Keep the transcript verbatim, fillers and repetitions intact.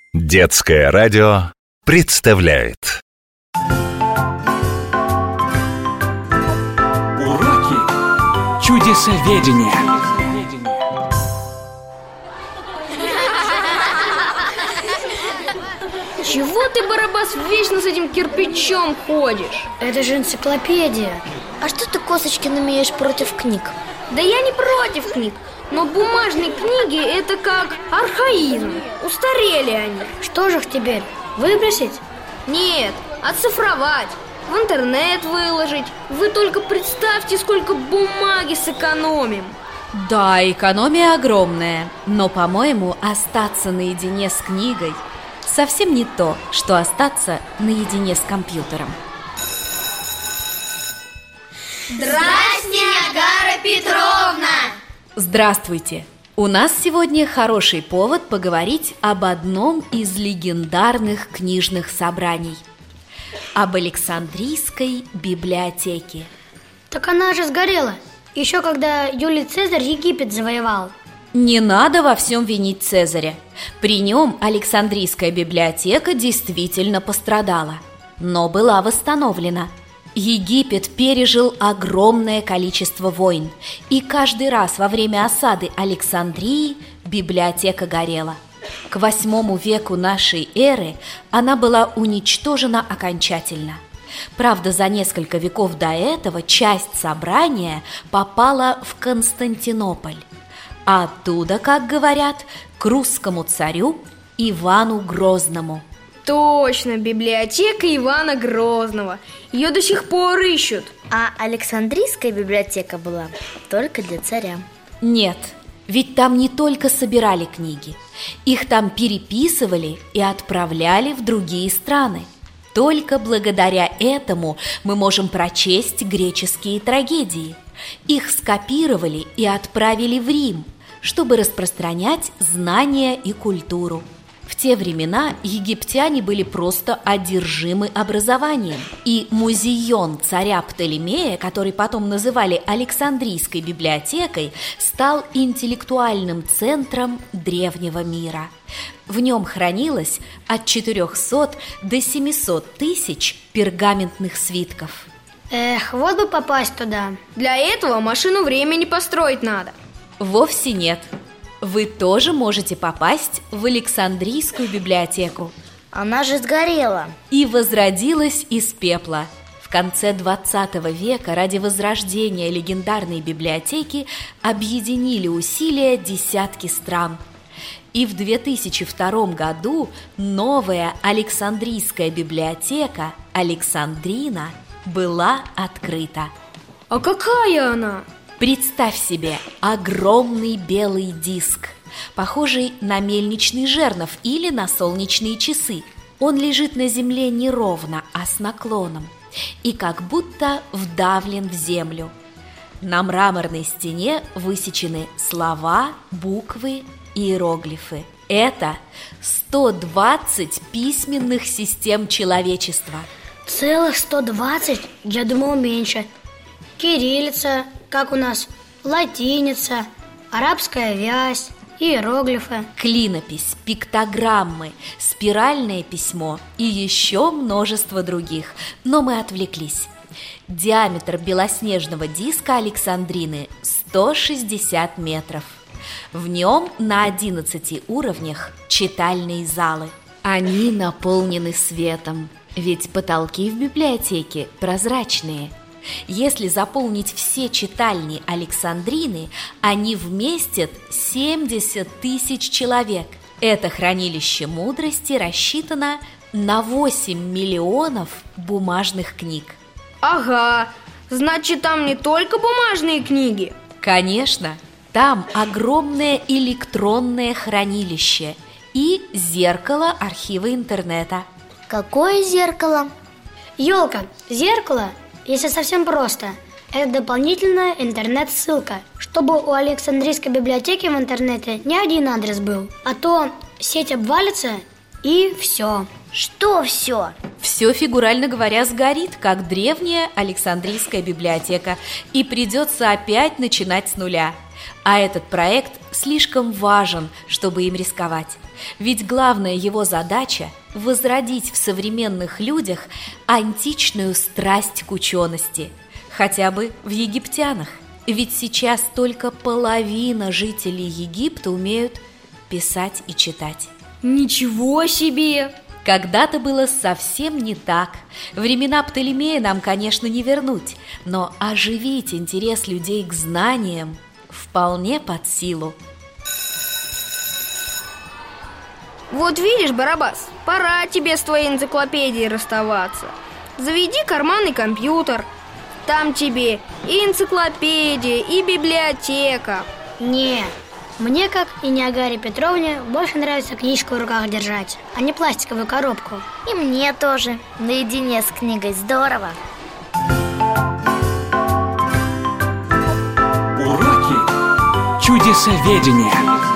Детское радио представляет Уроки чудесоведения. Чего ты, Барабас, вечно с этим кирпичом ходишь? Это же энциклопедия. А что ты, Косточкин, имеешь против книг? Да я не против книг, но бумажные книги – это как архаизм. Устарели они. Что же их теперь? Выбросить? Нет, оцифровать, в интернет выложить. Вы только представьте, сколько бумаги сэкономим. Да, экономия огромная, но, по-моему, остаться наедине с книгой совсем не то, что остаться наедине с компьютером. Здрасте, Агара Петровна! Здравствуйте! У нас сегодня хороший повод поговорить об одном из легендарных книжных собраний – об Александрийской библиотеке. Так она же сгорела, еще когда Юлий Цезарь Египет завоевал. Не надо во всем винить Цезаря. При нем Александрийская библиотека действительно пострадала, но была восстановлена. Египет пережил огромное количество войн, и каждый раз во время осады Александрии библиотека горела. К восьмому веку нашей эры она была уничтожена окончательно. Правда, за несколько веков до этого часть собрания попала в Константинополь, а оттуда, как говорят, к русскому царю Ивану Грозному. Точно, библиотека Ивана Грозного. Ее до сих пор ищут. А Александрийская библиотека была только для царя. Нет, ведь там не только собирали книги. Их там переписывали и отправляли в другие страны. Только благодаря этому мы можем прочесть греческие трагедии. Их скопировали и отправили в Рим, чтобы распространять знания и культуру. В те времена египтяне были просто одержимы образованием, и музеон царя Птолемея, который потом называли Александрийской библиотекой, стал интеллектуальным центром древнего мира. В нем хранилось от четырехсот до семисот тысяч пергаментных свитков. Эх, вот бы попасть туда. Для этого машину времени построить надо. Вовсе нет. Вы тоже можете попасть в Александрийскую библиотеку. Она же сгорела и возродилась из пепла. В конце двадцатого века ради возрождения легендарной библиотеки объединили усилия десятки стран. И в две тысячи втором году новая Александрийская библиотека Александрина была открыта. А какая она? Представь себе огромный белый диск, похожий на мельничный жернов или на солнечные часы. Он лежит на земле не ровно, а с наклоном, и как будто вдавлен в землю. На мраморной стене высечены слова, буквы, иероглифы. Это сто двадцать письменных систем человечества. Целых сто двадцать? Я думал, меньше. Кириллица, как у нас, латиница, арабская вязь, иероглифы, клинопись, пиктограммы, спиральное письмо и еще множество других. Но мы отвлеклись. Диаметр белоснежного диска Александрины сто шестьдесят метров. В нем на одиннадцати уровнях читальные залы. Они наполнены светом, ведь потолки в библиотеке прозрачные. Если заполнить все читальни Александрины, они вместят семьдесят тысяч человек. Это хранилище мудрости рассчитано на восемь миллионов бумажных книг. Ага, значит, там не только бумажные книги? Конечно, там огромное электронное хранилище и зеркало архива интернета. Какое зеркало? Ёлка, зеркало, если совсем просто, это дополнительная интернет-ссылка, чтобы у Александрийской библиотеки в интернете не один адрес был, а то сеть обвалится и все. Что все? Все, фигурально говоря, сгорит, как древняя Александрийская библиотека, и придется опять начинать с нуля. А этот проект слишком важен, чтобы им рисковать. Ведь главная его задача – возродить в современных людях античную страсть к учености, хотя бы в египтянах. Ведь сейчас только половина жителей Египта умеют писать и читать. Ничего себе! Когда-то было совсем не так. Времена Птолемея нам, конечно, не вернуть, но оживить интерес людей к знаниям вполне под силу. Вот видишь, Барабас, пора тебе с твоей энциклопедией расставаться. Заведи карманный компьютер. Там тебе и энциклопедия, и библиотека. Не, мне, как и Ниагаре Петровне, больше нравится книжку в руках держать, а не пластиковую коробку. И мне тоже. Наедине с книгой здорово. Уроки чудесоведения.